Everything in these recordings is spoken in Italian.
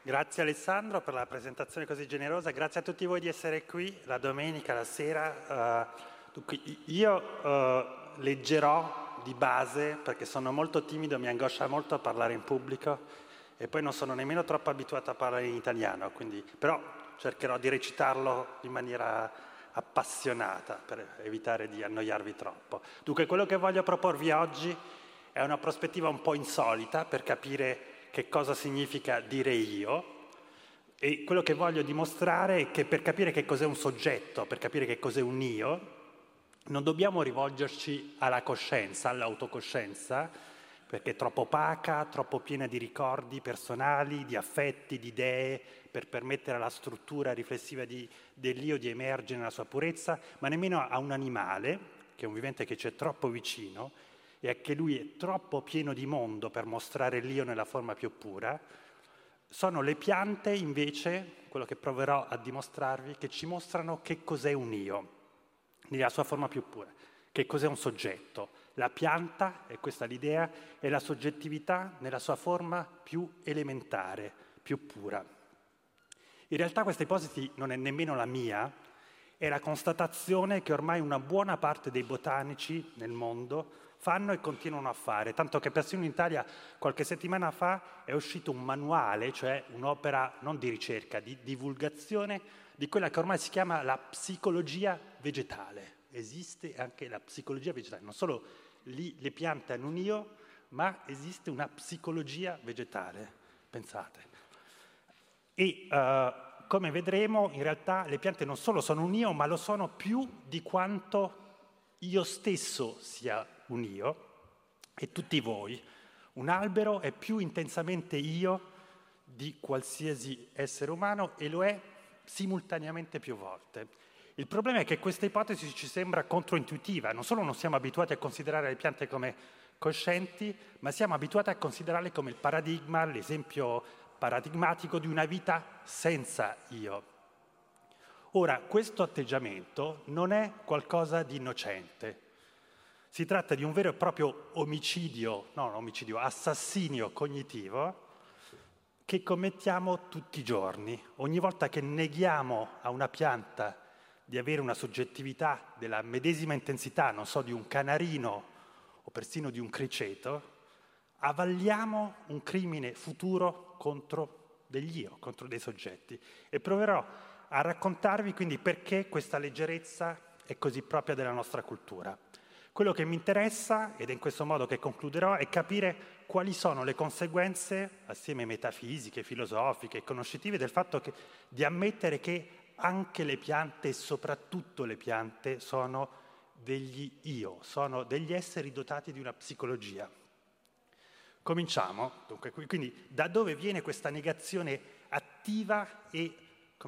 Grazie Alessandro per la presentazione così generosa, grazie a tutti voi di essere qui la domenica, la sera. Dunque, io leggerò di base perché sono molto timido, mi angoscia molto a parlare in pubblico e poi non sono nemmeno troppo abituato a parlare in italiano, però cercherò di recitarlo in maniera appassionata per evitare di annoiarvi troppo. Dunque, quello che voglio proporvi oggi è una prospettiva un po' insolita per capire che cosa significa dire io, e quello che voglio dimostrare è che per capire che cos'è un soggetto, per capire che cos'è un io, non dobbiamo rivolgerci alla coscienza, all'autocoscienza, perché è troppo opaca, troppo piena di ricordi personali, di affetti, di idee, per permettere alla struttura riflessiva dell'io di emergere nella sua purezza, ma nemmeno a un animale, che è un vivente che c'è troppo vicino, e anche lui è troppo pieno di mondo per mostrare l'io nella forma più pura. Sono le piante, invece, quello che proverò a dimostrarvi, che ci mostrano che cos'è un io, nella sua forma più pura, che cos'è un soggetto. La pianta, e questa è l'idea, è la soggettività nella sua forma più elementare, più pura. In realtà questa ipotesi non è nemmeno la mia, è la constatazione che ormai una buona parte dei botanici nel mondo fanno e continuano a fare, tanto che persino in Italia qualche settimana fa è uscito un manuale, cioè un'opera non di ricerca, di divulgazione di quella che ormai si chiama la psicologia vegetale. Esiste anche la psicologia vegetale, non solo lì le piante hanno un io, ma esiste una psicologia vegetale, pensate. E come vedremo, in realtà le piante non solo sono un io, ma lo sono più di quanto io stesso sia un io, e tutti voi. Un albero è più intensamente io di qualsiasi essere umano e lo è simultaneamente più volte. Il problema è che questa ipotesi ci sembra controintuitiva. Non solo non siamo abituati a considerare le piante come coscienti, ma siamo abituati a considerarle come il paradigma, l'esempio paradigmatico di una vita senza io. Ora, questo atteggiamento non è qualcosa di innocente. Si tratta di un vero e proprio assassinio cognitivo che commettiamo tutti i giorni. Ogni volta che neghiamo a una pianta di avere una soggettività della medesima intensità, non so, di un canarino o persino di un criceto, avalliamo un crimine futuro contro degli io, contro dei soggetti. E proverò a raccontarvi quindi perché questa leggerezza è così propria della nostra cultura. Quello che mi interessa, ed è in questo modo che concluderò, è capire quali sono le conseguenze, assieme metafisiche, filosofiche e conoscitive, del fatto di ammettere che anche le piante e soprattutto le piante sono degli io, sono degli esseri dotati di una psicologia. Cominciamo, dunque, quindi da dove viene questa negazione attiva e,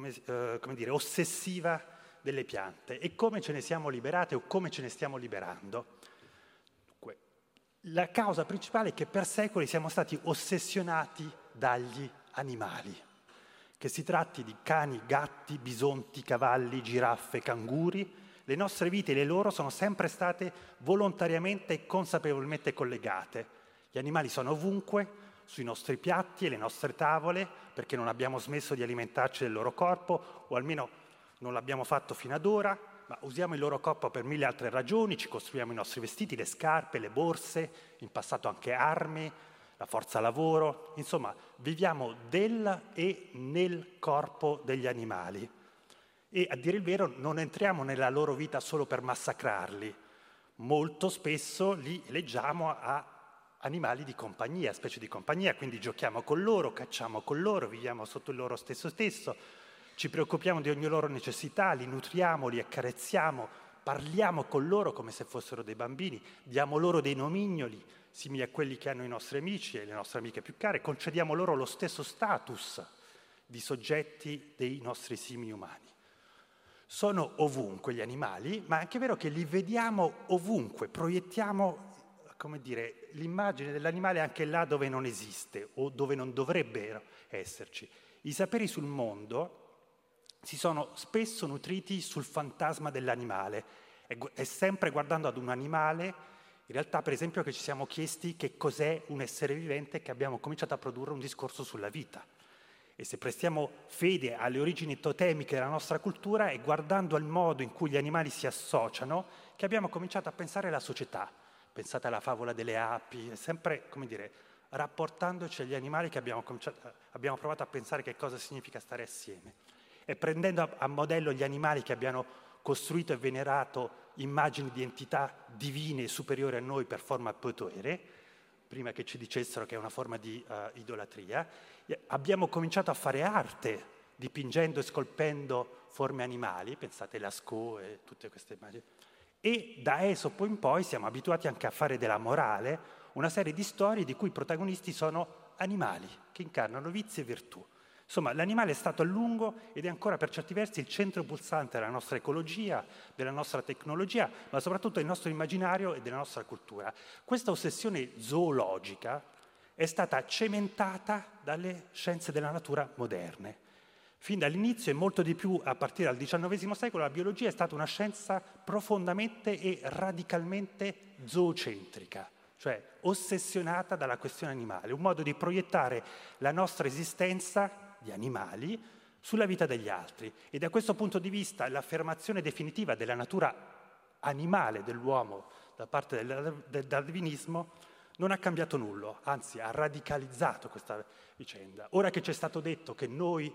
ossessiva delle piante e come ce ne siamo liberate o come ce ne stiamo liberando? Dunque, la causa principale è che per secoli siamo stati ossessionati dagli animali, che si tratti di cani, gatti, bisonti, cavalli, giraffe, canguri. Le nostre vite e le loro sono sempre state volontariamente e consapevolmente collegate. Gli animali sono ovunque, sui nostri piatti e le nostre tavole, perché non abbiamo smesso di alimentarci del loro corpo, o almeno non l'abbiamo fatto fino ad ora, ma usiamo il loro corpo per mille altre ragioni, ci costruiamo i nostri vestiti, le scarpe, le borse, in passato anche armi, la forza lavoro, insomma, viviamo del e nel corpo degli animali. E a dire il vero non entriamo nella loro vita solo per massacrarli, molto spesso li leggiamo a animali di compagnia, specie di compagnia, quindi giochiamo con loro, cacciamo con loro, viviamo sotto il loro stesso, ci preoccupiamo di ogni loro necessità, li nutriamo, li accarezziamo, parliamo con loro come se fossero dei bambini, diamo loro dei nomignoli simili a quelli che hanno i nostri amici e le nostre amiche più care, concediamo loro lo stesso status di soggetti dei nostri simili umani. Sono ovunque gli animali, ma è anche vero che li vediamo ovunque, proiettiamo l'immagine dell'animale anche là dove non esiste o dove non dovrebbero esserci. I saperi sul mondo si sono spesso nutriti sul fantasma dell'animale. È sempre guardando ad un animale, in realtà per esempio, che ci siamo chiesti che cos'è un essere vivente e che abbiamo cominciato a produrre un discorso sulla vita. E se prestiamo fede alle origini totemiche della nostra cultura, è guardando al modo in cui gli animali si associano che abbiamo cominciato a pensare alla società. Pensate alla favola delle api, è sempre, come dire, rapportandoci agli animali che abbiamo provato a pensare che cosa significa stare assieme. E prendendo a modello gli animali che abbiamo costruito e venerato immagini di entità divine superiori a noi per forma e potere, prima che ci dicessero che è una forma di idolatria, abbiamo cominciato a fare arte, dipingendo e scolpendo forme animali, pensate Lascaux e tutte queste immagini, e da Esopo in poi siamo abituati anche a fare della morale una serie di storie di cui i protagonisti sono animali, che incarnano vizi e virtù. Insomma, l'animale è stato a lungo ed è ancora per certi versi il centro pulsante della nostra ecologia, della nostra tecnologia, ma soprattutto del nostro immaginario e della nostra cultura. Questa ossessione zoologica è stata cementata dalle scienze della natura moderne. Fin dall'inizio e molto di più a partire dal XIX secolo, la biologia è stata una scienza profondamente e radicalmente zoocentrica, cioè ossessionata dalla questione animale, un modo di proiettare la nostra esistenza di animali sulla vita degli altri. E da questo punto di vista l'affermazione definitiva della natura animale dell'uomo da parte del darwinismo non ha cambiato nulla, anzi ha radicalizzato questa vicenda. Ora che ci è stato detto che noi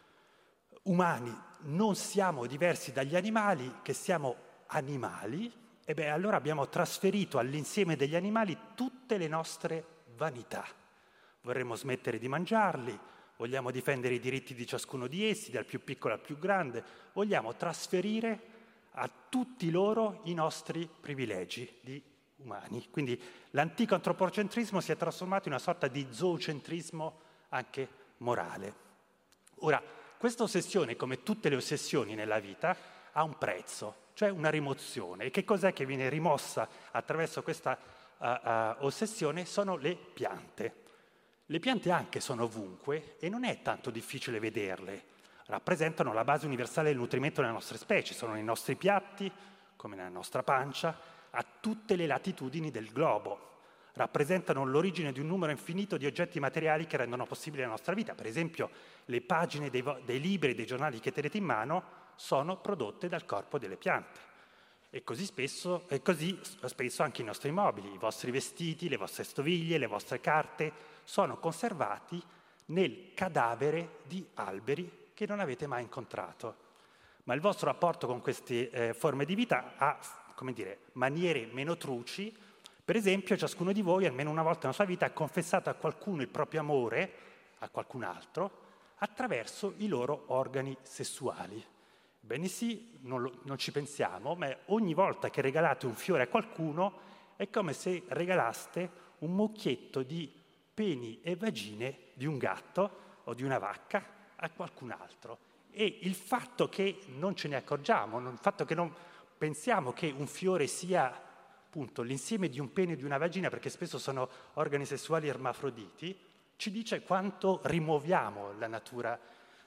umani non siamo diversi dagli animali, che siamo animali, allora abbiamo trasferito all'insieme degli animali tutte le nostre vanità. Vorremmo smettere di mangiarli, vogliamo difendere i diritti di ciascuno di essi, dal più piccolo al più grande, vogliamo trasferire a tutti loro i nostri privilegi di umani. Quindi l'antico antropocentrismo si è trasformato in una sorta di zoocentrismo anche morale. Ora, questa ossessione, come tutte le ossessioni nella vita, ha un prezzo, cioè una rimozione. E che cos'è che viene rimossa attraverso questa ossessione? Sono le piante. Le piante anche sono ovunque e non è tanto difficile vederle. Rappresentano la base universale del nutrimento delle nostre specie, sono nei nostri piatti, come nella nostra pancia, a tutte le latitudini del globo. Rappresentano l'origine di un numero infinito di oggetti materiali che rendono possibile la nostra vita. Per esempio, le pagine dei libri e dei giornali che tenete in mano sono prodotte dal corpo delle piante. E così spesso anche i nostri mobili, i vostri vestiti, le vostre stoviglie, le vostre carte sono conservati nel cadavere di alberi che non avete mai incontrato. Ma il vostro rapporto con queste forme di vita ha, come dire, maniere meno truci. Per esempio, ciascuno di voi, almeno una volta nella sua vita, ha confessato a qualcuno il proprio amore, a qualcun altro, attraverso i loro organi sessuali. Bene sì, non ci pensiamo, ma ogni volta che regalate un fiore a qualcuno è come se regalaste un mucchietto di peni e vagine di un gatto o di una vacca a qualcun altro. E il fatto che non ce ne accorgiamo, il fatto che non pensiamo che un fiore sia appunto l'insieme di un pene e di una vagina, perché spesso sono organi sessuali ermafroditi, ci dice quanto rimuoviamo la natura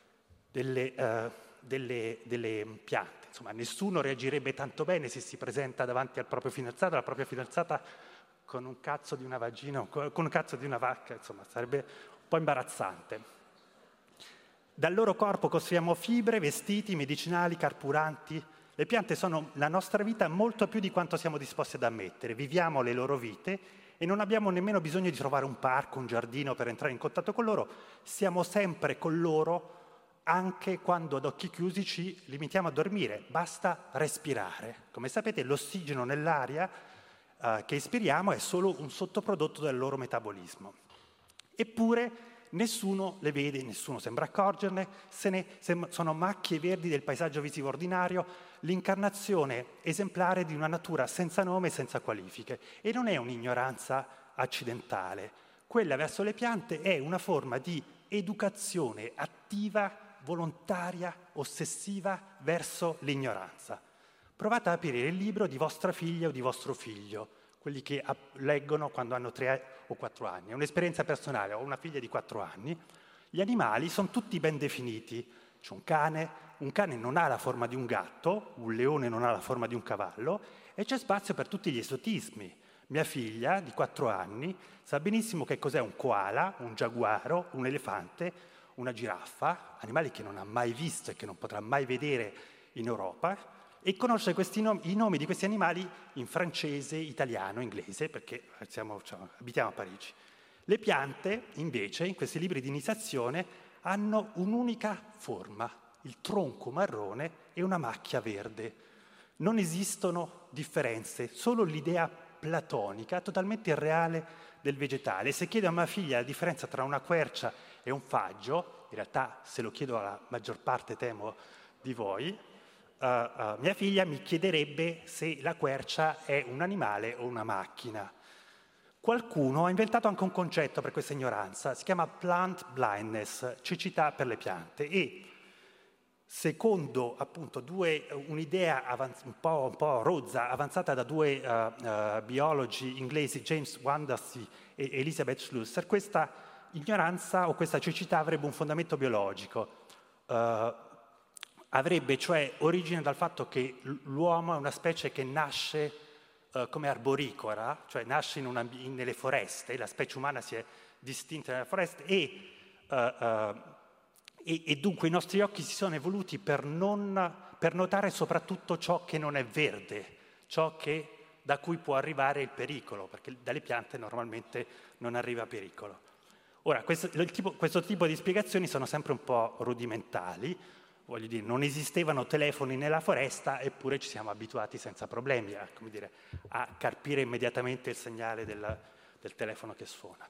delle piante. Insomma, nessuno reagirebbe tanto bene se si presenta davanti al proprio fidanzato, alla propria fidanzata, con un cazzo di una vagina, con un cazzo di una vacca, insomma, sarebbe un po' imbarazzante. Dal loro corpo costruiamo fibre, vestiti, medicinali, carburanti. Le piante sono la nostra vita molto più di quanto siamo disposti ad ammettere. Viviamo le loro vite e non abbiamo nemmeno bisogno di trovare un parco, un giardino per entrare in contatto con loro. Siamo sempre con loro, anche quando ad occhi chiusi ci limitiamo a dormire. Basta respirare. Come sapete, l'ossigeno nell'aria che espiriamo è solo un sottoprodotto del loro metabolismo. Eppure nessuno le vede, nessuno sembra accorgerne, sono macchie verdi del paesaggio visivo ordinario, l'incarnazione esemplare di una natura senza nome e senza qualifiche. E non è un'ignoranza accidentale. Quella verso le piante è una forma di educazione attiva, volontaria, ossessiva verso l'ignoranza. Provate ad aprire il libro di vostra figlia o di vostro figlio, quelli che leggono quando hanno 3 o 4 anni. È un'esperienza personale, ho una figlia di 4 anni. Gli animali sono tutti ben definiti. C'è un cane non ha la forma di un gatto, un leone non ha la forma di un cavallo, e c'è spazio per tutti gli esotismi. Mia figlia, di 4 anni, sa benissimo che cos'è un koala, un giaguaro, un elefante, una giraffa, animali che non ha mai visto e che non potrà mai vedere in Europa, e conosce i nomi di questi animali in francese, italiano, inglese, perché abitiamo a Parigi. Le piante, invece, in questi libri di iniziazione, hanno un'unica forma, il tronco marrone e una macchia verde. Non esistono differenze, solo l'idea platonica, totalmente irreale, del vegetale. Se chiedo a mia figlia la differenza tra una quercia e un faggio, in realtà se lo chiedo alla maggior parte, temo, di voi, mia figlia mi chiederebbe se la quercia è un animale o una macchina. Qualcuno ha inventato anche un concetto per questa ignoranza, si chiama plant blindness, cecità per le piante, e secondo appunto un'idea un po' rozza, avanzata da due biologi inglesi, James Wandersee e Elizabeth Schlusser, questa ignoranza o questa cecità avrebbe un fondamento biologico. Avrebbe cioè origine dal fatto che l'uomo è una specie che nasce come arboricora, cioè nasce nelle foreste, la specie umana si è distinta nelle foreste e dunque i nostri occhi si sono evoluti per notare soprattutto ciò che non è verde, da cui può arrivare il pericolo, perché dalle piante normalmente non arriva pericolo. Ora, questo tipo di spiegazioni sono sempre un po' rudimentali, voglio dire, non esistevano telefoni nella foresta, eppure ci siamo abituati senza problemi a carpire immediatamente il segnale del telefono che suona.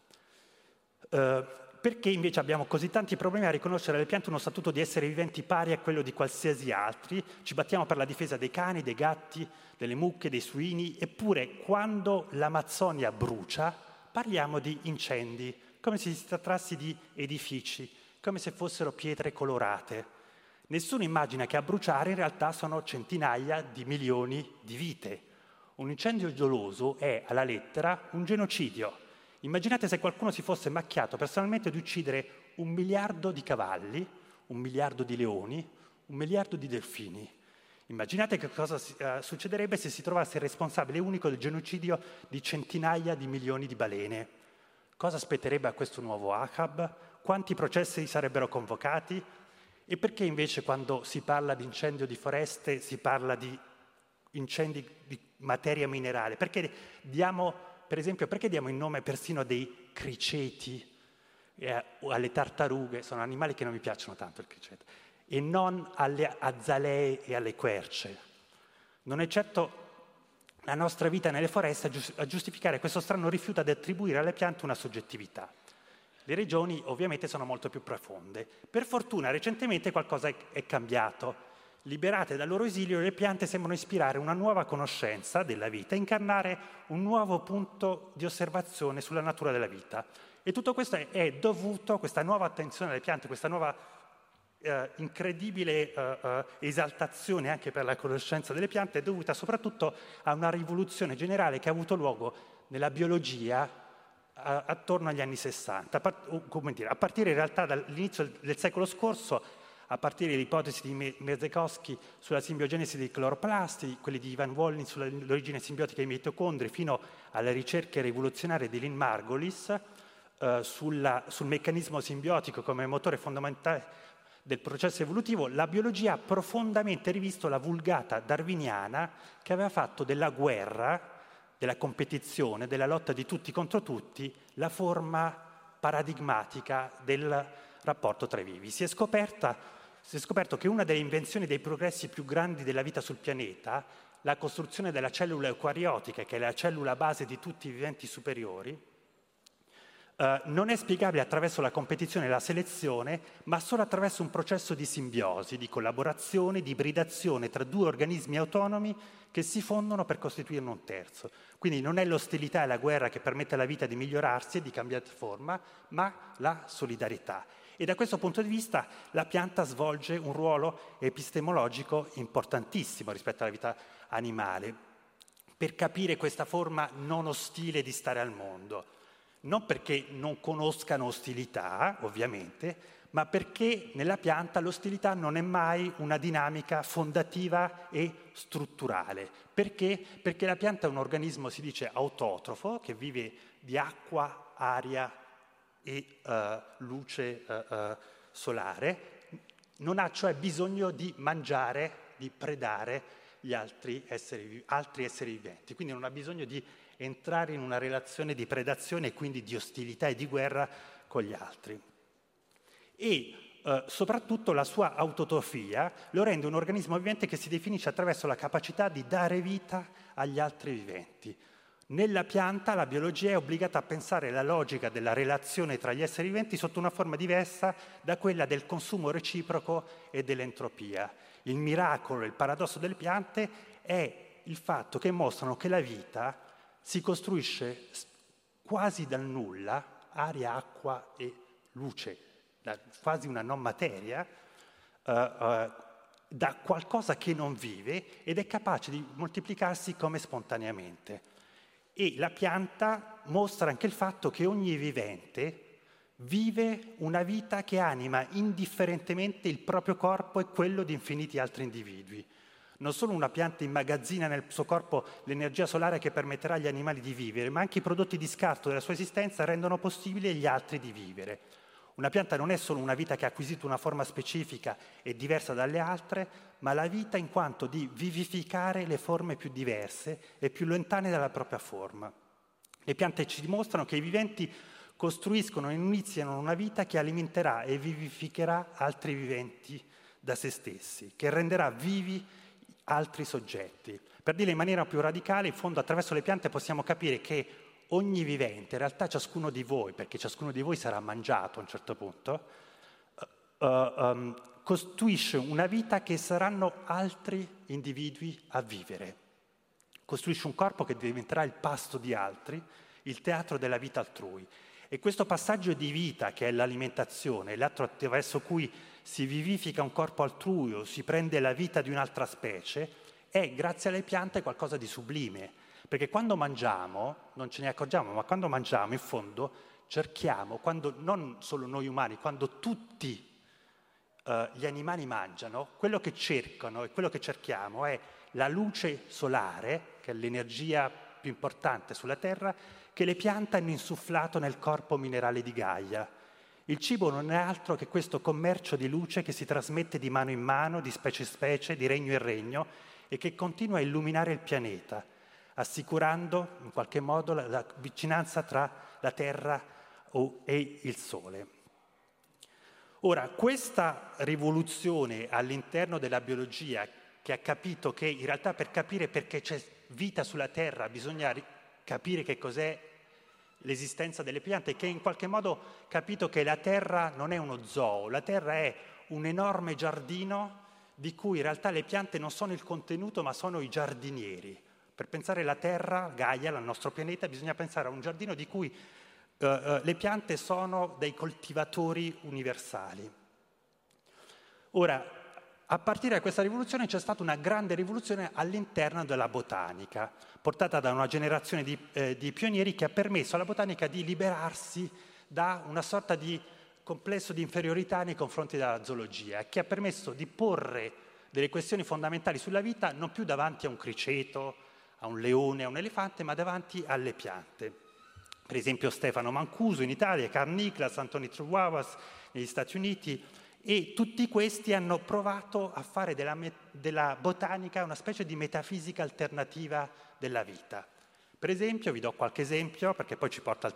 Perché invece abbiamo così tanti problemi a riconoscere alle piante uno statuto di esseri viventi pari a quello di qualsiasi altri? Ci battiamo per la difesa dei cani, dei gatti, delle mucche, dei suini, eppure quando l'Amazzonia brucia parliamo di incendi, come se si trattasse di edifici, come se fossero pietre colorate. Nessuno immagina che a bruciare in realtà sono centinaia di milioni di vite. Un incendio doloso è, alla lettera, un genocidio. Immaginate se qualcuno si fosse macchiato personalmente di uccidere 1 miliardo di cavalli, 1 miliardo di leoni, 1 miliardo di delfini. Immaginate che cosa succederebbe se si trovasse il responsabile unico del genocidio di centinaia di milioni di balene. Cosa aspetterebbe a questo nuovo Ahab? Quanti processi sarebbero convocati? E perché invece quando si parla di incendio di foreste si parla di incendi di materia minerale? Perché diamo il nome persino dei criceti o alle tartarughe? Sono animali che non mi piacciono tanto, il criceto, e non alle azalee e alle querce. Non è certo la nostra vita nelle foreste a giustificare questo strano rifiuto ad attribuire alle piante una soggettività. Le ragioni ovviamente sono molto più profonde. Per fortuna recentemente qualcosa è cambiato. Liberate dal loro esilio, le piante sembrano ispirare una nuova conoscenza della vita, incarnare un nuovo punto di osservazione sulla natura della vita. E tutto questo è dovuto, questa nuova attenzione alle piante, questa nuova incredibile esaltazione anche per la conoscenza delle piante, è dovuta soprattutto a una rivoluzione generale che ha avuto luogo nella biologia attorno agli anni 60, a partire in realtà dall'inizio del secolo scorso, a partire dall'ipotesi di Merezkowski sulla simbiogenesi dei cloroplasti, quelli di Ivan Volin sull'origine simbiotica dei mitocondri, fino alle ricerche rivoluzionarie di Lynn Margulis sul meccanismo simbiotico come motore fondamentale del processo evolutivo. La biologia ha profondamente rivisto la vulgata darwiniana che aveva fatto della guerra, della competizione, della lotta di tutti contro tutti, la forma paradigmatica del rapporto tra i vivi. Si è scoperto che una delle invenzioni dei progressi più grandi della vita sul pianeta, la costruzione della cellula eucariotica, che è la cellula base di tutti i viventi superiori, non è spiegabile attraverso la competizione e la selezione, ma solo attraverso un processo di simbiosi, di collaborazione, di ibridazione tra due organismi autonomi che si fondono per costituirne un terzo. Quindi non è l'ostilità e la guerra che permette alla vita di migliorarsi e di cambiare forma, ma la solidarietà. E da questo punto di vista la pianta svolge un ruolo epistemologico importantissimo rispetto alla vita animale, per capire questa forma non ostile di stare al mondo. Non perché non conoscano ostilità, ovviamente, ma perché nella pianta l'ostilità non è mai una dinamica fondativa e strutturale. Perché? Perché la pianta è un organismo, si dice, autotrofo, che vive di acqua, aria e luce solare, non ha cioè bisogno di mangiare, di predare gli altri esseri viventi, quindi non ha bisogno di entrare in una relazione di predazione e quindi di ostilità e di guerra con gli altri. E soprattutto la sua autotrofia lo rende un organismo vivente che si definisce attraverso la capacità di dare vita agli altri viventi. Nella pianta la biologia è obbligata a pensare la logica della relazione tra gli esseri viventi sotto una forma diversa da quella del consumo reciproco e dell'entropia. Il miracolo, il paradosso delle piante è il fatto che mostrano che la vita si costruisce quasi dal nulla, aria, acqua e luce, quasi una non materia, da qualcosa che non vive ed è capace di moltiplicarsi come spontaneamente. E la pianta mostra anche il fatto che ogni vivente vive una vita che anima indifferentemente il proprio corpo e quello di infiniti altri individui. Non solo una pianta immagazzina nel suo corpo l'energia solare che permetterà agli animali di vivere, ma anche i prodotti di scarto della sua esistenza rendono possibile agli altri di vivere. Una pianta non è solo una vita che ha acquisito una forma specifica e diversa dalle altre, ma la vita in quanto di vivificare le forme più diverse e più lontane dalla propria forma. Le piante ci dimostrano che i viventi costruiscono e iniziano una vita che alimenterà e vivificherà altri viventi da se stessi, che renderà vivi altri soggetti. Per dirlo in maniera più radicale, in fondo attraverso le piante possiamo capire che ogni vivente, in realtà ciascuno di voi, perché ciascuno di voi sarà mangiato a un certo punto, costruisce una vita che saranno altri individui a vivere. Costruisce un corpo che diventerà il pasto di altri, il teatro della vita altrui. E questo passaggio di vita, che è l'alimentazione, l'atto attraverso cui si vivifica un corpo altrui o si prende la vita di un'altra specie, è, grazie alle piante, qualcosa di sublime. Perché quando mangiamo, non ce ne accorgiamo, ma quando mangiamo, in fondo, cerchiamo, quando non solo noi umani, quando tutti gli animali mangiano, quello che cercano e quello che cerchiamo è la luce solare, che è l'energia più importante sulla Terra, che le piante hanno insufflato nel corpo minerale di Gaia. Il cibo non è altro che questo commercio di luce che si trasmette di mano in mano, di specie in specie, di regno in regno, e che continua a illuminare il pianeta, assicurando in qualche modo la vicinanza tra la Terra e il Sole. Ora, questa rivoluzione all'interno della biologia, che ha capito che in realtà per capire perché c'è vita sulla Terra bisogna capire che cos'è l'esistenza delle piante, che in qualche modo ha capito che la Terra non è uno zoo, la Terra è un enorme giardino di cui in realtà le piante non sono il contenuto ma sono i giardinieri. Per pensare alla Terra, Gaia, il nostro pianeta, bisogna pensare a un giardino di cui le piante sono dei coltivatori universali. Ora, a partire da questa rivoluzione c'è stata una grande rivoluzione all'interno della botanica, portata da una generazione di pionieri che ha permesso alla botanica di liberarsi da una sorta di complesso di inferiorità nei confronti della zoologia, che ha permesso di porre delle questioni fondamentali sulla vita non più davanti a un criceto, a un leone, a un elefante, ma davanti alle piante. Per esempio Stefano Mancuso in Italia, Carl Niklas, Anthony True-Wallace negli Stati Uniti, e tutti questi hanno provato a fare della botanica una specie di metafisica alternativa della vita. Per esempio, vi do qualche esempio, perché poi ci porta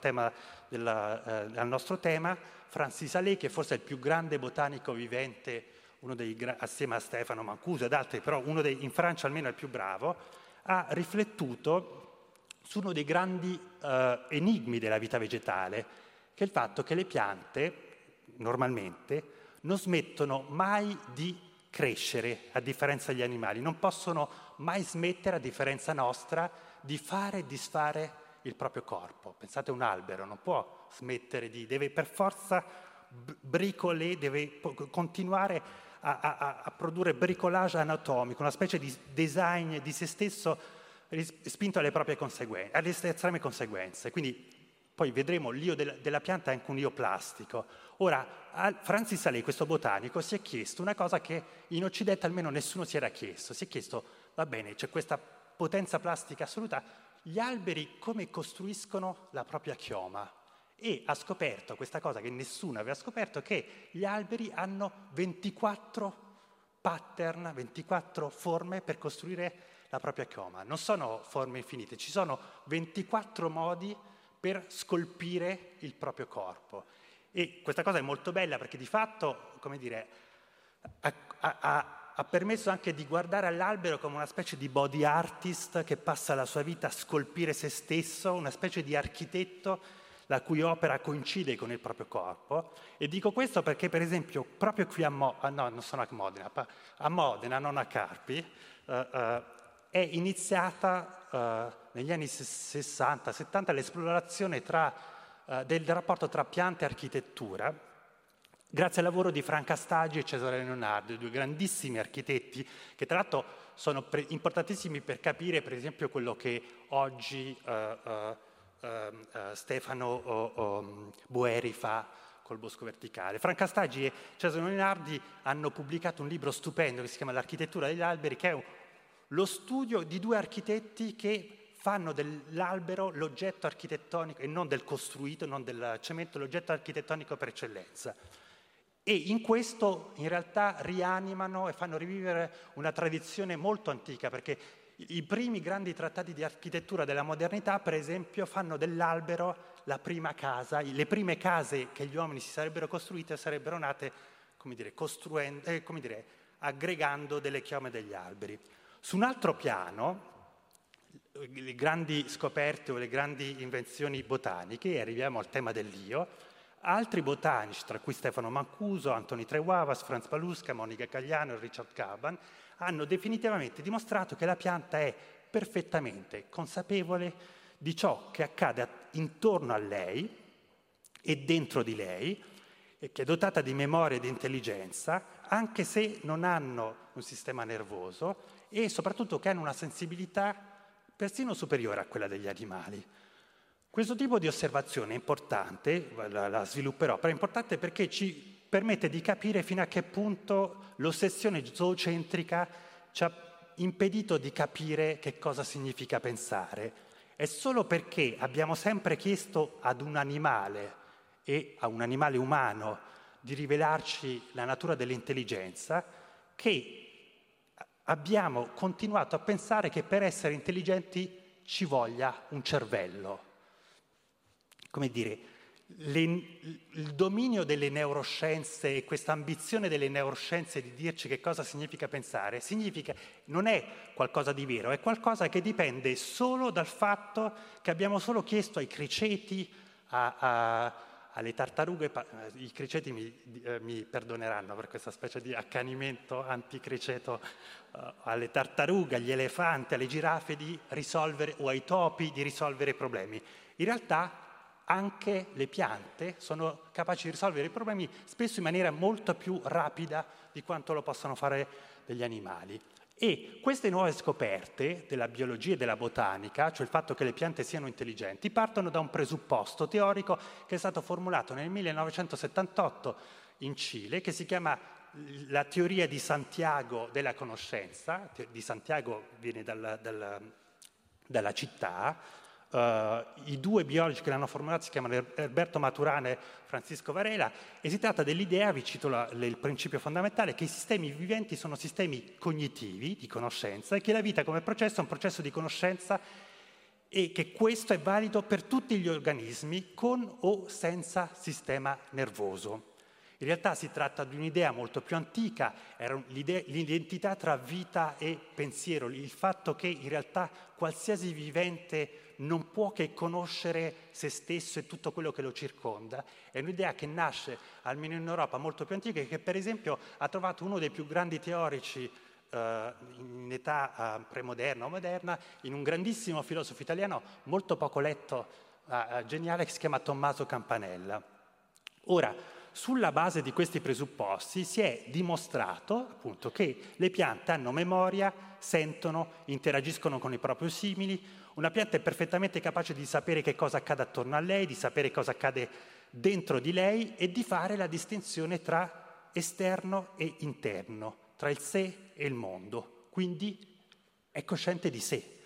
al nostro tema, Francis Allais, che forse è il più grande botanico vivente, assieme a Stefano Mancuso ed altri, però in Francia almeno è il più bravo, ha riflettuto su uno dei grandi enigmi della vita vegetale, che è il fatto che le piante, normalmente, non smettono mai di crescere, a differenza degli animali, non possono mai smettere, a differenza nostra, di fare e disfare il proprio corpo. Pensate a un albero, non può smettere deve per forza bricolare, deve continuare a produrre bricolage anatomico, una specie di design di se stesso spinto alle proprie conseguenze, alle estreme conseguenze. Quindi poi vedremo l'io della pianta è anche un io plastico. Ora, Francis Allais, questo botanico, si è chiesto una cosa che in Occidente almeno nessuno si era chiesto. Si è chiesto, va bene, c'è questa potenza plastica assoluta, gli alberi come costruiscono la propria chioma? e ha scoperto questa cosa che nessuno aveva scoperto, che gli alberi hanno 24 pattern, 24 forme per costruire la propria chioma. Non sono forme infinite, ci sono 24 modi per scolpire il proprio corpo. E questa cosa è molto bella perché di fatto, come dire, ha permesso anche di guardare all'albero come una specie di body artist che passa la sua vita a scolpire se stesso, una specie di architetto la cui opera coincide con il proprio corpo. E dico questo perché, per esempio, proprio qui a Modena, non a Carpi, è iniziata negli anni 60-70 l'esplorazione del rapporto tra piante e architettura, grazie al lavoro di Franca Stagi e Cesare Leonardo, due grandissimi architetti che tra l'altro sono importantissimi per capire, per esempio, quello che oggi Stefano Boeri fa col bosco verticale. Franca Stagi e Cesare Leonardi hanno pubblicato un libro stupendo che si chiama L'architettura degli alberi, che è lo studio di due architetti che fanno dell'albero l'oggetto architettonico, e non del costruito, non del cemento, l'oggetto architettonico per eccellenza. E in questo in realtà rianimano e fanno rivivere una tradizione molto antica, perché i primi grandi trattati di architettura della modernità, per esempio, fanno dell'albero la prima casa. Le prime case che gli uomini si sarebbero costruite sarebbero nate, aggregando delle chiome degli alberi. Su un altro piano, le grandi scoperte o le grandi invenzioni botaniche, e arriviamo al tema dell'io, altri botanici, tra cui Stefano Mancuso, Anthony Treuhavas, Franz Paluska, Monica Gagliano e Richard Caban, hanno definitivamente dimostrato che la pianta è perfettamente consapevole di ciò che accade intorno a lei e dentro di lei, e che è dotata di memoria e di intelligenza, anche se non hanno un sistema nervoso e soprattutto che hanno una sensibilità persino superiore a quella degli animali. Questo tipo di osservazione è importante, la svilupperò, però è importante perché ci permette di capire fino a che punto l'ossessione zoocentrica ci ha impedito di capire che cosa significa pensare. È solo perché abbiamo sempre chiesto ad un animale e a un animale umano di rivelarci la natura dell'intelligenza che abbiamo continuato a pensare che per essere intelligenti ci voglia un cervello. Come dire, il dominio delle neuroscienze e questa ambizione delle neuroscienze di dirci che cosa significa pensare, non è qualcosa di vero, è qualcosa che dipende solo dal fatto che abbiamo solo chiesto ai criceti, alle tartarughe, i criceti mi perdoneranno per questa specie di accanimento anticriceto, alle tartarughe, agli elefanti, alle giraffe di risolvere, o ai topi di risolvere i problemi. In realtà anche le piante sono capaci di risolvere i problemi spesso in maniera molto più rapida di quanto lo possano fare degli animali. E queste nuove scoperte della biologia e della botanica, cioè il fatto che le piante siano intelligenti, partono da un presupposto teorico che è stato formulato nel 1978 in Cile, che si chiama la teoria di Santiago della conoscenza. Di Santiago viene dalla città. I due biologi che l'hanno formulato si chiamano Herberto Maturana e Francisco Varela, e si tratta dell'idea, vi cito il principio fondamentale, che i sistemi viventi sono sistemi cognitivi, di conoscenza, e che la vita come processo è un processo di conoscenza, e che questo è valido per tutti gli organismi con o senza sistema nervoso. In realtà si tratta di un'idea molto più antica, era l'identità tra vita e pensiero, il fatto che in realtà qualsiasi vivente non può che conoscere se stesso e tutto quello che lo circonda. È un'idea che nasce, almeno in Europa, molto più antica, e che per esempio ha trovato uno dei più grandi teorici in età premoderna o moderna, in un grandissimo filosofo italiano molto poco letto, geniale, che si chiama Tommaso Campanella. Ora, sulla base di questi presupposti si è dimostrato appunto che le piante hanno memoria, sentono, interagiscono con i propri simili. Una pianta è perfettamente capace di sapere che cosa accade attorno a lei, di sapere cosa accade dentro di lei e di fare la distinzione tra esterno e interno, tra il sé e il mondo. Quindi è cosciente di sé.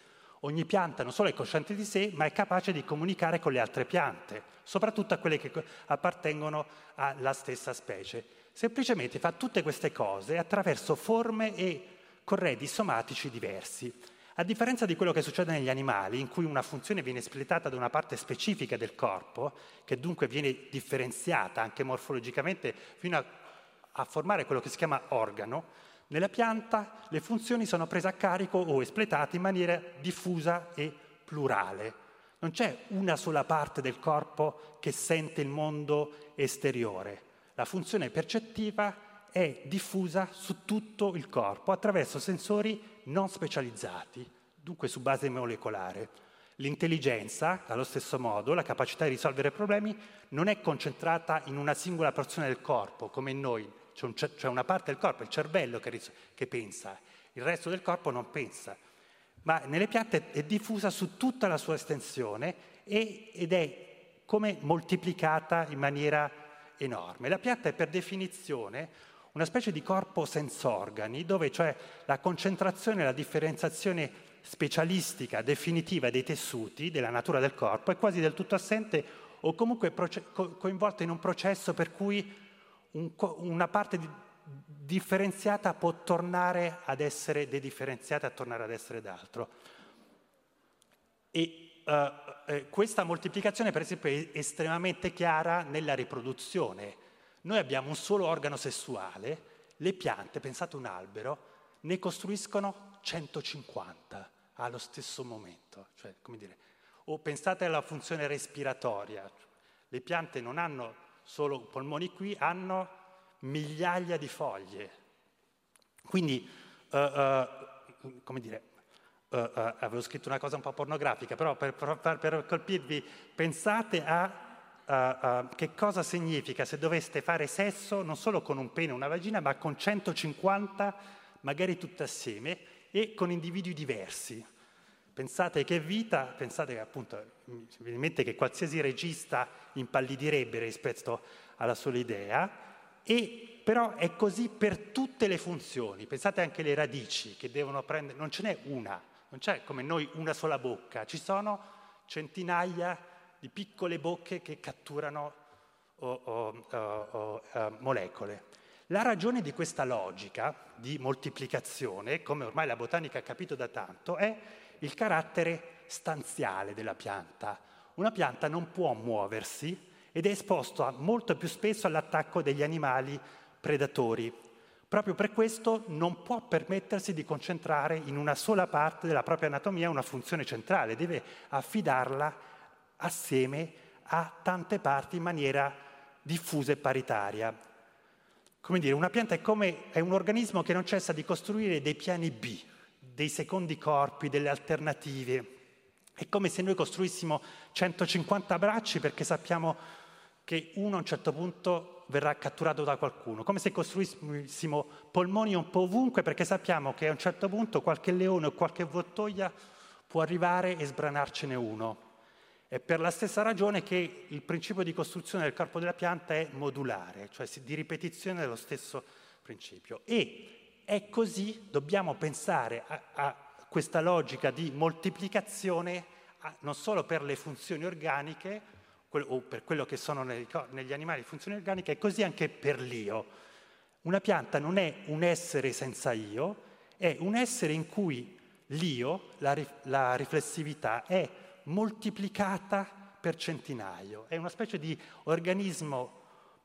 Ogni pianta non solo è cosciente di sé, ma è capace di comunicare con le altre piante, soprattutto a quelle che appartengono alla stessa specie. Semplicemente fa tutte queste cose attraverso forme e corredi somatici diversi. A differenza di quello che succede negli animali, in cui una funzione viene espletata da una parte specifica del corpo, che dunque viene differenziata anche morfologicamente fino a formare quello che si chiama organo, nella pianta le funzioni sono prese a carico o espletate in maniera diffusa e plurale. Non c'è una sola parte del corpo che sente il mondo esteriore. La funzione percettiva è diffusa su tutto il corpo attraverso sensori non specializzati, dunque su base molecolare. L'intelligenza, allo stesso modo, la capacità di risolvere problemi, non è concentrata in una singola porzione del corpo, come in noi. C'è una parte del corpo, il cervello, che pensa, il resto del corpo non pensa. Ma nelle piante è diffusa su tutta la sua estensione ed è come moltiplicata in maniera enorme. La pianta è per definizione una specie di corpo senza organi, dove cioè la concentrazione e la differenziazione specialistica definitiva dei tessuti, della natura del corpo, è quasi del tutto assente o comunque coinvolta in un processo per cui una parte differenziata può tornare ad essere dedifferenziata e tornare ad essere d'altro. E questa moltiplicazione, per esempio, è estremamente chiara nella riproduzione. Noi abbiamo un solo organo sessuale, le piante, pensate un albero, ne costruiscono 150 allo stesso momento. Cioè, come dire, o pensate alla funzione respiratoria. Le piante non hanno solo polmoni qui, hanno migliaia di foglie. Quindi, come dire, avevo scritto una cosa un po' pornografica, però per colpirvi, pensate a che cosa significa se doveste fare sesso non solo con un pene e una vagina, ma con 150, magari tutte assieme, e con individui diversi. Pensate che vita, pensate che appunto, mi viene in mente che qualsiasi regista impallidirebbe rispetto alla sola idea, e però è così per tutte le funzioni. Pensate anche alle radici che devono prendere, non ce n'è una, non c'è come noi una sola bocca, ci sono centinaia di piccole bocche che catturano molecole. La ragione di questa logica di moltiplicazione, come ormai la botanica ha capito da tanto, è il carattere stanziale della pianta. Una pianta non può muoversi ed è esposta molto più spesso all'attacco degli animali predatori. Proprio per questo non può permettersi di concentrare in una sola parte della propria anatomia una funzione centrale, deve affidarla assieme a tante parti in maniera diffusa e paritaria. Come dire, una pianta è un organismo che non cessa di costruire dei piani B, dei secondi corpi, delle alternative. È come se noi costruissimo 150 bracci perché sappiamo che uno a un certo punto verrà catturato da qualcuno, come se costruissimo polmoni un po' ovunque perché sappiamo che a un certo punto qualche leone o qualche vottoia può arrivare e sbranarcene uno. È per la stessa ragione che il principio di costruzione del corpo della pianta è modulare, cioè di ripetizione dello stesso principio. E è così, dobbiamo pensare a questa logica di moltiplicazione non solo per le funzioni organiche, o per quello che sono negli animali funzioni organiche, è così anche per l'io. Una pianta non è un essere senza io, è un essere in cui l'io, la riflessività, è moltiplicata per centinaio. È una specie di organismo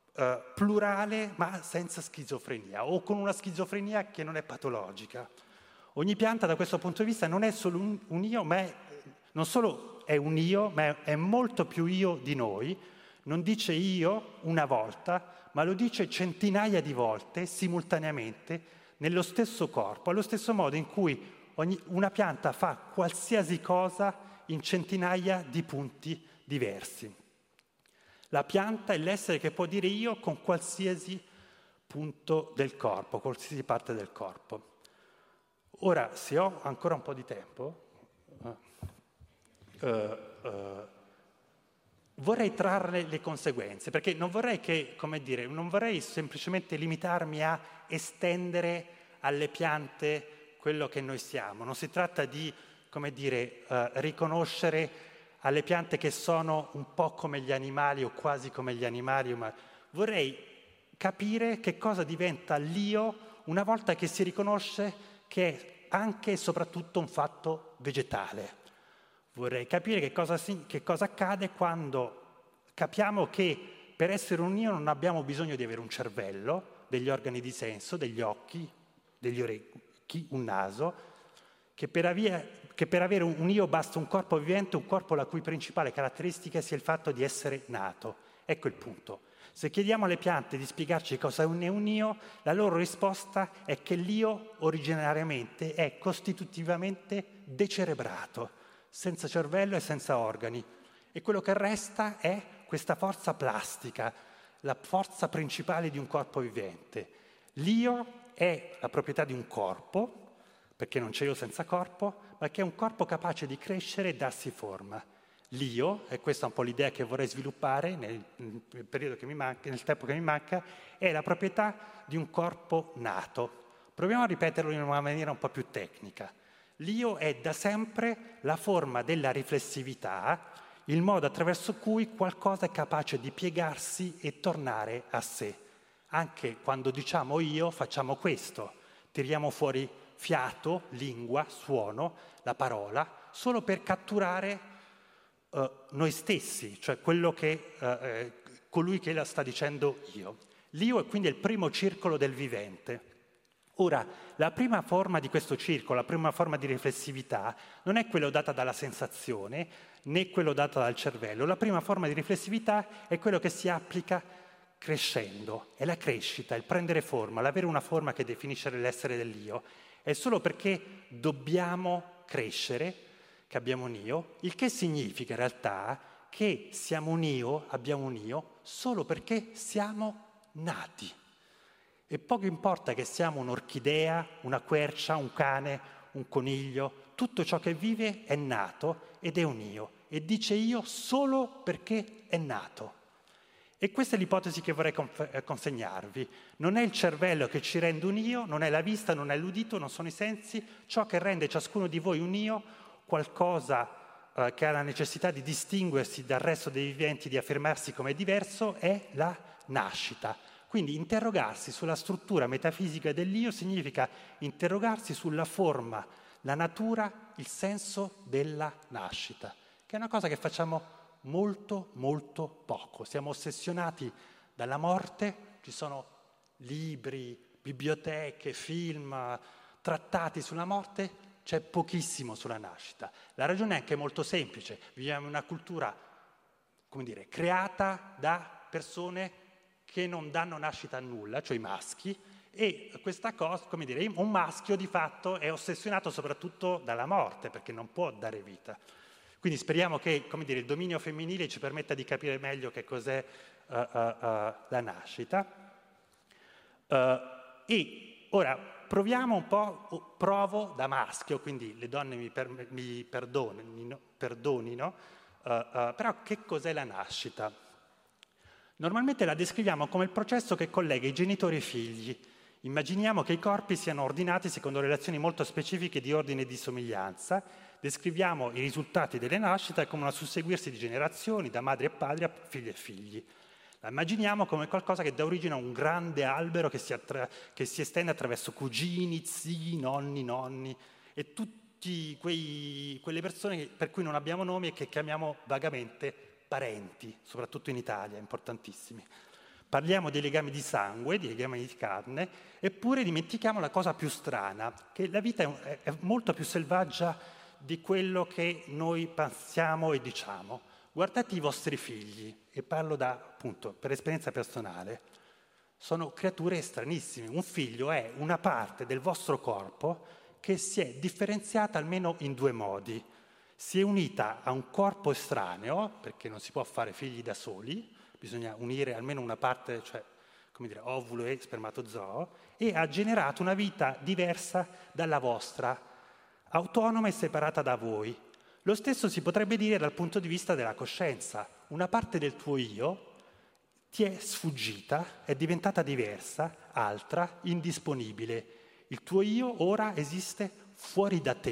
plurale ma senza schizofrenia, o con una schizofrenia che non è patologica. Ogni pianta da questo punto di vista non è solo un io, ma non solo è un io, ma è molto più io di noi. Non dice io una volta, ma lo dice centinaia di volte simultaneamente nello stesso corpo, allo stesso modo in cui una pianta fa qualsiasi cosa in centinaia di punti diversi. La pianta è l'essere che può dire io con qualsiasi punto del corpo, qualsiasi parte del corpo. Ora, se ho ancora un po' di tempo, vorrei trarre le conseguenze, perché non vorrei non vorrei semplicemente limitarmi a estendere alle piante quello che noi siamo. Non si tratta di riconoscere alle piante che sono un po' come gli animali o quasi come gli animali, ma vorrei capire che cosa diventa l'io una volta che si riconosce che è anche e soprattutto un fatto vegetale. Vorrei capire che cosa accade quando capiamo che per essere un io non abbiamo bisogno di avere un cervello, degli organi di senso, degli occhi, degli orecchi, un naso, che per avere un io basta un corpo vivente, un corpo la cui principale caratteristica sia il fatto di essere nato. Ecco il punto. Se chiediamo alle piante di spiegarci cosa è un io, la loro risposta è che l'io originariamente è costitutivamente decerebrato, senza cervello e senza organi. E quello che resta è questa forza plastica, la forza principale di un corpo vivente. L'io è la proprietà di un corpo, perché non c'è io senza corpo, ma che è un corpo capace di crescere e darsi forma. L'io, e questa è un po' l'idea che vorrei sviluppare nel periodo che mi manca, nel tempo che mi manca, è la proprietà di un corpo nato. Proviamo a ripeterlo in una maniera un po' più tecnica. L'io è da sempre la forma della riflessività, il modo attraverso cui qualcosa è capace di piegarsi e tornare a sé. Anche quando diciamo io facciamo questo, tiriamo fuori fiato, lingua, suono, la parola, solo per catturare noi stessi, cioè colui che la sta dicendo io. L'io è quindi il primo circolo del vivente. Ora, la prima forma di questo circolo, la prima forma di riflessività, non è quello data dalla sensazione, né quello dato dal cervello. La prima forma di riflessività è quello che si applica crescendo, è la crescita, il prendere forma, l'avere una forma che definisce l'essere dell'io. È solo perché dobbiamo crescere che abbiamo un io, il che significa in realtà che siamo un io, abbiamo un io, solo perché siamo nati. E poco importa che siamo un'orchidea, una quercia, un cane, un coniglio, tutto ciò che vive è nato ed è un io, e dice io solo perché è nato. E questa è l'ipotesi che vorrei consegnarvi. Non è il cervello che ci rende un io, non è la vista, non è l'udito, non sono i sensi. Ciò che rende ciascuno di voi un io, qualcosa che ha la necessità di distinguersi dal resto dei viventi, di affermarsi come diverso, è la nascita. Quindi interrogarsi sulla struttura metafisica dell'io significa interrogarsi sulla forma, la natura, il senso della nascita, che è una cosa che facciamo molto, molto poco. Siamo ossessionati dalla morte, ci sono libri, biblioteche, film, trattati sulla morte, c'è pochissimo sulla nascita. La ragione è anche molto semplice, viviamo in una cultura, creata da persone che non danno nascita a nulla, cioè i maschi, e questa cosa, un maschio di fatto è ossessionato soprattutto dalla morte, perché non può dare vita. Quindi speriamo che, il dominio femminile ci permetta di capire meglio che cos'è la nascita. E ora provo da maschio, quindi le donne mi perdonino, però che cos'è la nascita? Normalmente la descriviamo come il processo che collega i genitori e i figli. Immaginiamo che i corpi siano ordinati secondo relazioni molto specifiche di ordine e di somiglianza. Descriviamo i risultati delle nascite come una susseguirsi di generazioni, da madri e padri a figli e figli. La immaginiamo come qualcosa che dà origine a un grande albero che si estende attraverso cugini, zii, nonni e tutte quelle persone per cui non abbiamo nomi e che chiamiamo vagamente parenti, soprattutto in Italia, importantissimi. Parliamo dei legami di sangue, di legami di carne, eppure dimentichiamo la cosa più strana, che la vita è molto più selvaggia di quello che noi pensiamo e diciamo. Guardate i vostri figli, e parlo per esperienza personale, sono creature stranissime. Un figlio è una parte del vostro corpo che si è differenziata almeno in due modi. Si è unita a un corpo estraneo, perché non si può fare figli da soli, bisogna unire almeno una parte, cioè, ovulo e spermatozoo, e ha generato una vita diversa dalla vostra, autonoma e separata da voi. Lo stesso si potrebbe dire dal punto di vista della coscienza. Una parte del tuo io ti è sfuggita, è diventata diversa, altra, indisponibile. Il tuo io ora esiste fuori da te,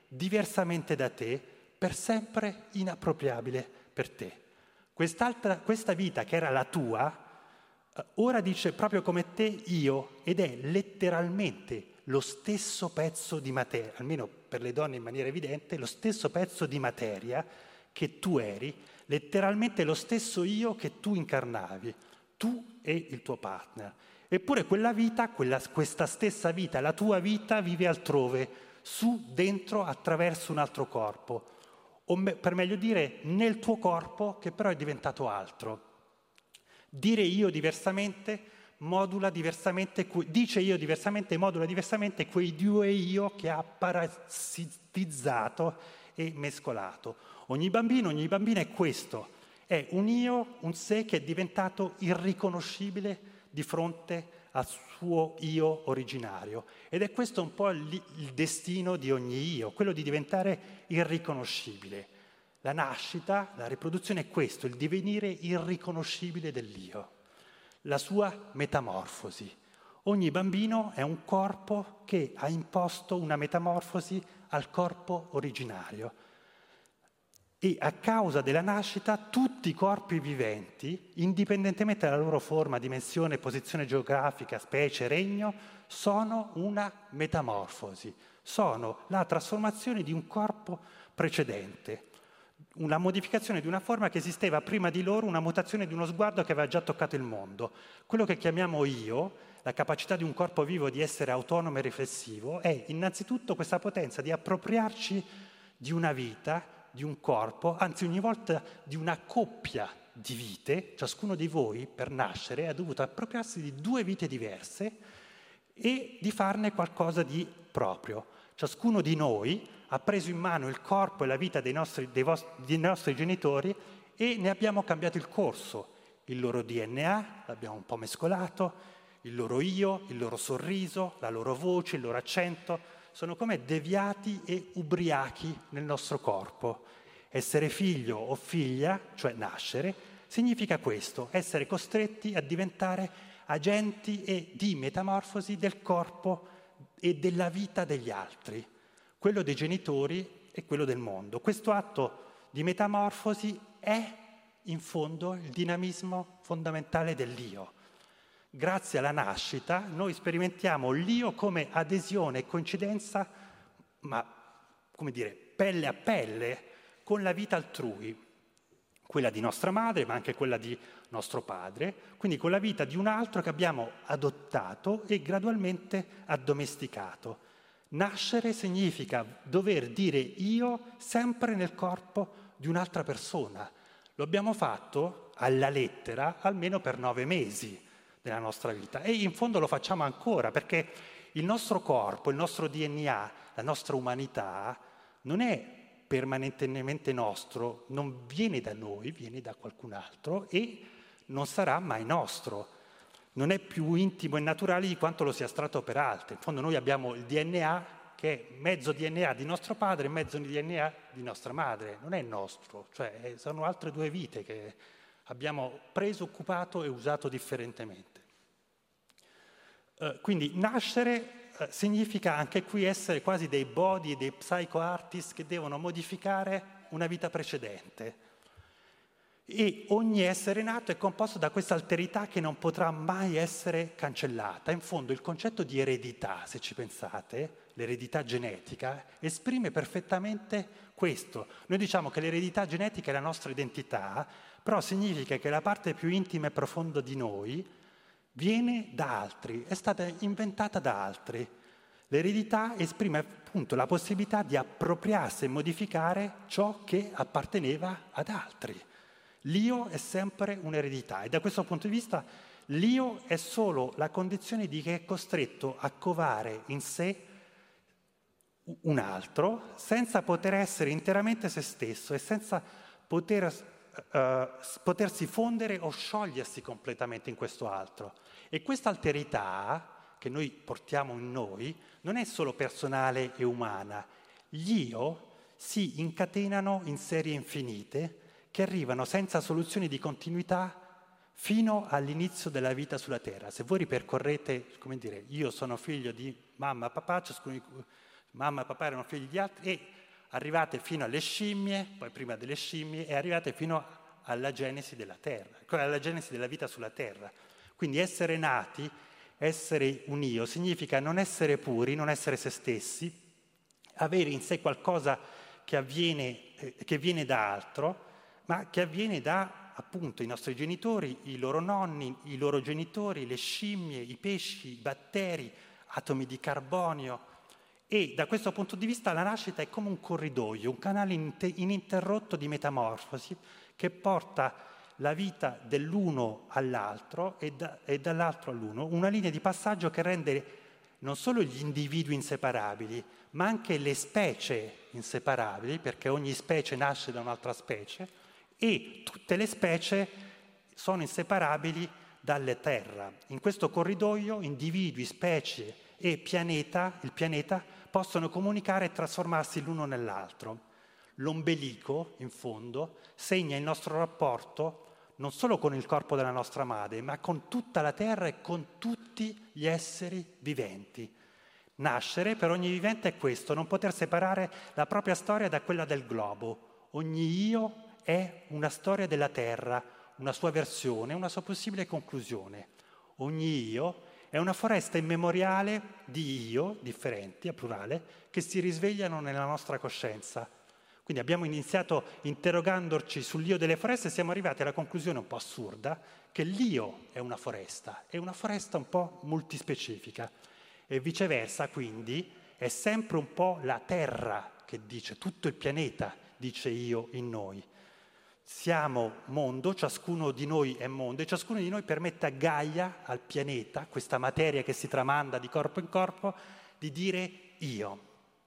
diversamente da te, per sempre inappropriabile per te. Questa vita che era la tua, ora dice proprio come te io, ed è letteralmente lo stesso pezzo di materia, almeno per le donne in maniera evidente, lo stesso pezzo di materia che tu eri, letteralmente lo stesso io che tu incarnavi, tu e il tuo partner. Eppure quella vita, questa stessa vita, la tua vita vive altrove, su, dentro, attraverso un altro corpo. O per meglio dire, nel tuo corpo che però è diventato altro. Dire io diversamente modula diversamente, dice io diversamente, modula diversamente quei due io che ha parasitizzato e mescolato. Ogni bambina è questo, è un io, un sé che è diventato irriconoscibile di fronte al suo io originario. Ed è questo un po' il destino di ogni io, quello di diventare irriconoscibile. La nascita, la riproduzione è questo, il divenire irriconoscibile dell'io, la sua metamorfosi. Ogni bambino è un corpo che ha imposto una metamorfosi al corpo originario. E a causa della nascita tutti i corpi viventi, indipendentemente dalla loro forma, dimensione, posizione geografica, specie, regno, sono una metamorfosi, sono la trasformazione di un corpo precedente, una modificazione di una forma che esisteva prima di loro, una mutazione di uno sguardo che aveva già toccato il mondo. Quello che chiamiamo io, la capacità di un corpo vivo di essere autonomo e riflessivo, è innanzitutto questa potenza di appropriarci di una vita, di un corpo, anzi ogni volta di una coppia di vite. Ciascuno di voi per nascere ha dovuto appropriarsi di due vite diverse e di farne qualcosa di proprio. Ciascuno di noi ha preso in mano il corpo e la vita dei nostri genitori e ne abbiamo cambiato il corso. Il loro DNA l'abbiamo un po' mescolato, il loro io, il loro sorriso, la loro voce, il loro accento, sono come deviati e ubriachi nel nostro corpo. Essere figlio o figlia, cioè nascere, significa questo, essere costretti a diventare agenti di metamorfosi del corpo e della vita degli altri, quello dei genitori e quello del mondo. Questo atto di metamorfosi è, in fondo, il dinamismo fondamentale dell'io. Grazie alla nascita noi sperimentiamo l'io come adesione e coincidenza, ma come dire, pelle a pelle, con la vita altrui, quella di nostra madre, ma anche quella di nostro padre, quindi con la vita di un altro che abbiamo adottato e gradualmente addomesticato. Nascere significa dover dire io sempre nel corpo di un'altra persona. Lo abbiamo fatto alla lettera almeno per 9 mesi della nostra vita e in fondo lo facciamo ancora perché il nostro corpo, il nostro DNA, la nostra umanità non è permanentemente nostro, non viene da noi, viene da qualcun altro e non sarà mai nostro. Non è più intimo e naturale di quanto lo sia stato per altri. In fondo noi abbiamo il DNA che è mezzo DNA di nostro padre e mezzo DNA di nostra madre. Non è nostro, cioè sono altre due vite che abbiamo preso, occupato e usato differentemente. Quindi nascere significa anche qui essere quasi dei body, dei psycho artist che devono modificare una vita precedente. E ogni essere nato è composto da questa alterità che non potrà mai essere cancellata. In fondo il concetto di eredità, se ci pensate, l'eredità genetica, esprime perfettamente questo. Noi diciamo che l'eredità genetica è la nostra identità, però significa che la parte più intima e profonda di noi viene da altri, è stata inventata da altri. L'eredità esprime appunto la possibilità di appropriarsi e modificare ciò che apparteneva ad altri. L'io è sempre un'eredità e da questo punto di vista l'io è solo la condizione di che è costretto a covare in sé un altro senza poter essere interamente se stesso e senza potersi fondere o sciogliersi completamente in questo altro. E questa alterità che noi portiamo in noi non è solo personale e umana. Gli io si incatenano in serie infinite che arrivano senza soluzioni di continuità fino all'inizio della vita sulla Terra. Se voi ripercorrete, come dire, io sono figlio di mamma e papà, mamma e papà erano figli di altri, e arrivate fino alle scimmie, poi prima delle scimmie, e arrivate fino alla genesi della Terra, alla genesi della vita sulla Terra. Quindi essere nati, essere un io, significa non essere puri, non essere se stessi, avere in sé qualcosa che viene da altro, ma che avviene da appunto i nostri genitori, i loro nonni, i loro genitori, le scimmie, i pesci, i batteri, atomi di carbonio. E da questo punto di vista la nascita è come un corridoio, un canale ininterrotto di metamorfosi che porta la vita dell'uno all'altro e dall'altro all'uno, una linea di passaggio che rende non solo gli individui inseparabili, ma anche le specie inseparabili, perché ogni specie nasce da un'altra specie, e tutte le specie sono inseparabili dalla Terra. In questo corridoio individui, specie e il pianeta, possono comunicare e trasformarsi l'uno nell'altro. L'ombelico, in fondo, segna il nostro rapporto non solo con il corpo della nostra madre, ma con tutta la Terra e con tutti gli esseri viventi. Nascere per ogni vivente è questo, non poter separare la propria storia da quella del globo. Ogni io è una storia della Terra, una sua versione, una sua possibile conclusione. Ogni io è una foresta immemoriale di io, differenti, a plurale, che si risvegliano nella nostra coscienza. Quindi abbiamo iniziato interrogandoci sull'io delle foreste e siamo arrivati alla conclusione un po' assurda che l'io è una foresta un po' multispecifica. E viceversa, quindi, è sempre un po' la Terra che dice, tutto il pianeta dice io in noi. Siamo mondo, ciascuno di noi è mondo e ciascuno di noi permette a Gaia, al pianeta, questa materia che si tramanda di corpo in corpo, di dire io.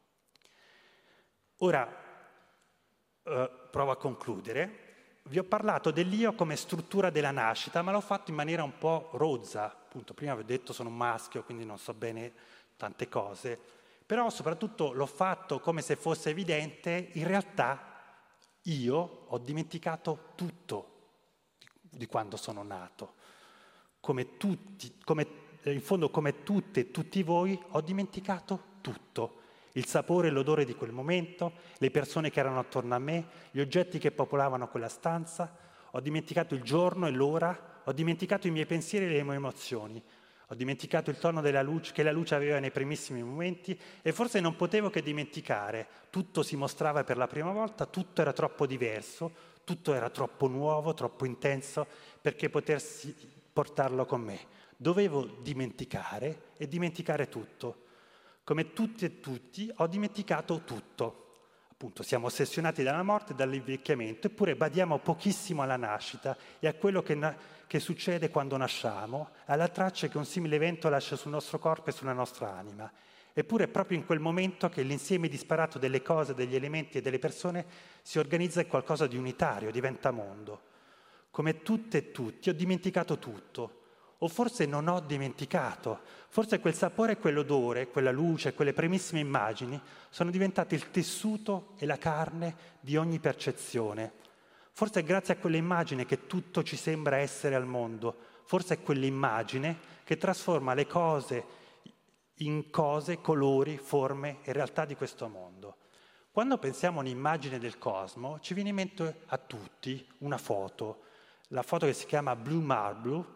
Ora, provo a concludere. Vi ho parlato dell'io come struttura della nascita, ma l'ho fatto in maniera un po' rozza. Appunto, prima vi ho detto sono un maschio, quindi non so bene tante cose, però soprattutto l'ho fatto come se fosse evidente, in realtà io ho dimenticato tutto di quando sono nato. In fondo come tutte e tutti voi ho dimenticato tutto. Il sapore e l'odore di quel momento, le persone che erano attorno a me, gli oggetti che popolavano quella stanza, ho dimenticato il giorno e l'ora, ho dimenticato i miei pensieri e le mie emozioni, ho dimenticato il tono della luce che la luce aveva nei primissimi momenti e forse non potevo che dimenticare. Tutto si mostrava per la prima volta, tutto era troppo diverso, tutto era troppo nuovo, troppo intenso perché potessi portarlo con me. Dovevo dimenticare e dimenticare tutto. Come tutti e tutti ho dimenticato tutto. Appunto, siamo ossessionati dalla morte e dall'invecchiamento, eppure badiamo pochissimo alla nascita e a quello che succede quando nasciamo, alla traccia che un simile evento lascia sul nostro corpo e sulla nostra anima. Eppure è proprio in quel momento che l'insieme disparato delle cose, degli elementi e delle persone si organizza in qualcosa di unitario, diventa mondo. Come tutte e tutti ho dimenticato tutto. O forse non ho dimenticato, forse quel sapore e quell'odore, quella luce, quelle primissime immagini sono diventati il tessuto e la carne di ogni percezione. Forse è grazie a quell'immagine che tutto ci sembra essere al mondo, forse è quell'immagine che trasforma le cose in cose, colori, forme e realtà di questo mondo. Quando pensiamo a un'immagine del cosmo, ci viene in mente a tutti una foto, la foto che si chiama Blue Marble,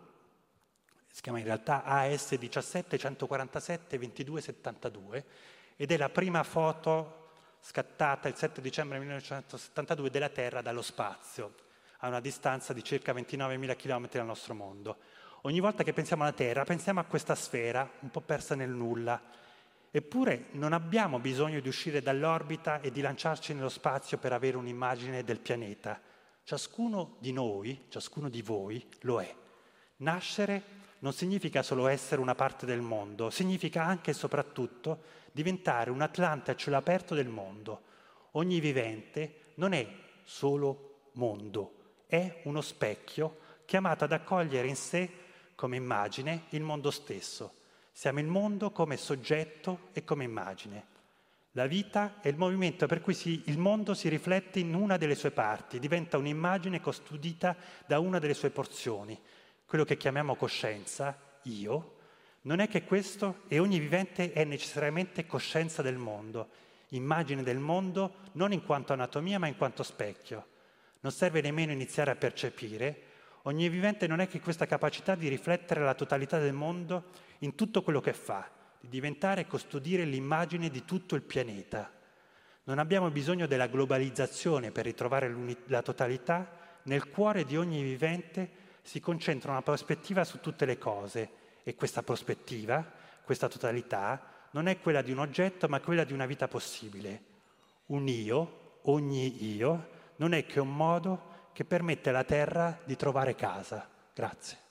si chiama in realtà AS 17 147 22 72 ed è la prima foto scattata il 7 dicembre 1972 della Terra dallo spazio, a una distanza di circa 29.000 km dal nostro mondo. Ogni volta che pensiamo alla Terra pensiamo a questa sfera un po' persa nel nulla, eppure non abbiamo bisogno di uscire dall'orbita e di lanciarci nello spazio per avere un'immagine del pianeta. Ciascuno di noi, ciascuno di voi lo è. Nascere non significa solo essere una parte del mondo, significa anche e soprattutto diventare un atlante a cielo aperto del mondo. Ogni vivente non è solo mondo, è uno specchio chiamato ad accogliere in sé come immagine il mondo stesso. Siamo il mondo come soggetto e come immagine. La vita è il movimento per cui il mondo si riflette in una delle sue parti, diventa un'immagine custodita da una delle sue porzioni. Quello che chiamiamo coscienza, io, non è che questo e ogni vivente è necessariamente coscienza del mondo. immagine del mondo non in quanto anatomia ma in quanto specchio. Non serve nemmeno iniziare a percepire. Ogni vivente non è che questa capacità di riflettere la totalità del mondo in tutto quello che fa, di diventare e custodire l'immagine di tutto il pianeta. Non abbiamo bisogno della globalizzazione per ritrovare la totalità. Nel cuore di ogni vivente si concentra una prospettiva su tutte le cose e questa prospettiva, questa totalità, non è quella di un oggetto ma quella di una vita possibile. Un io, ogni io, non è che un modo che permette alla Terra di trovare casa. Grazie.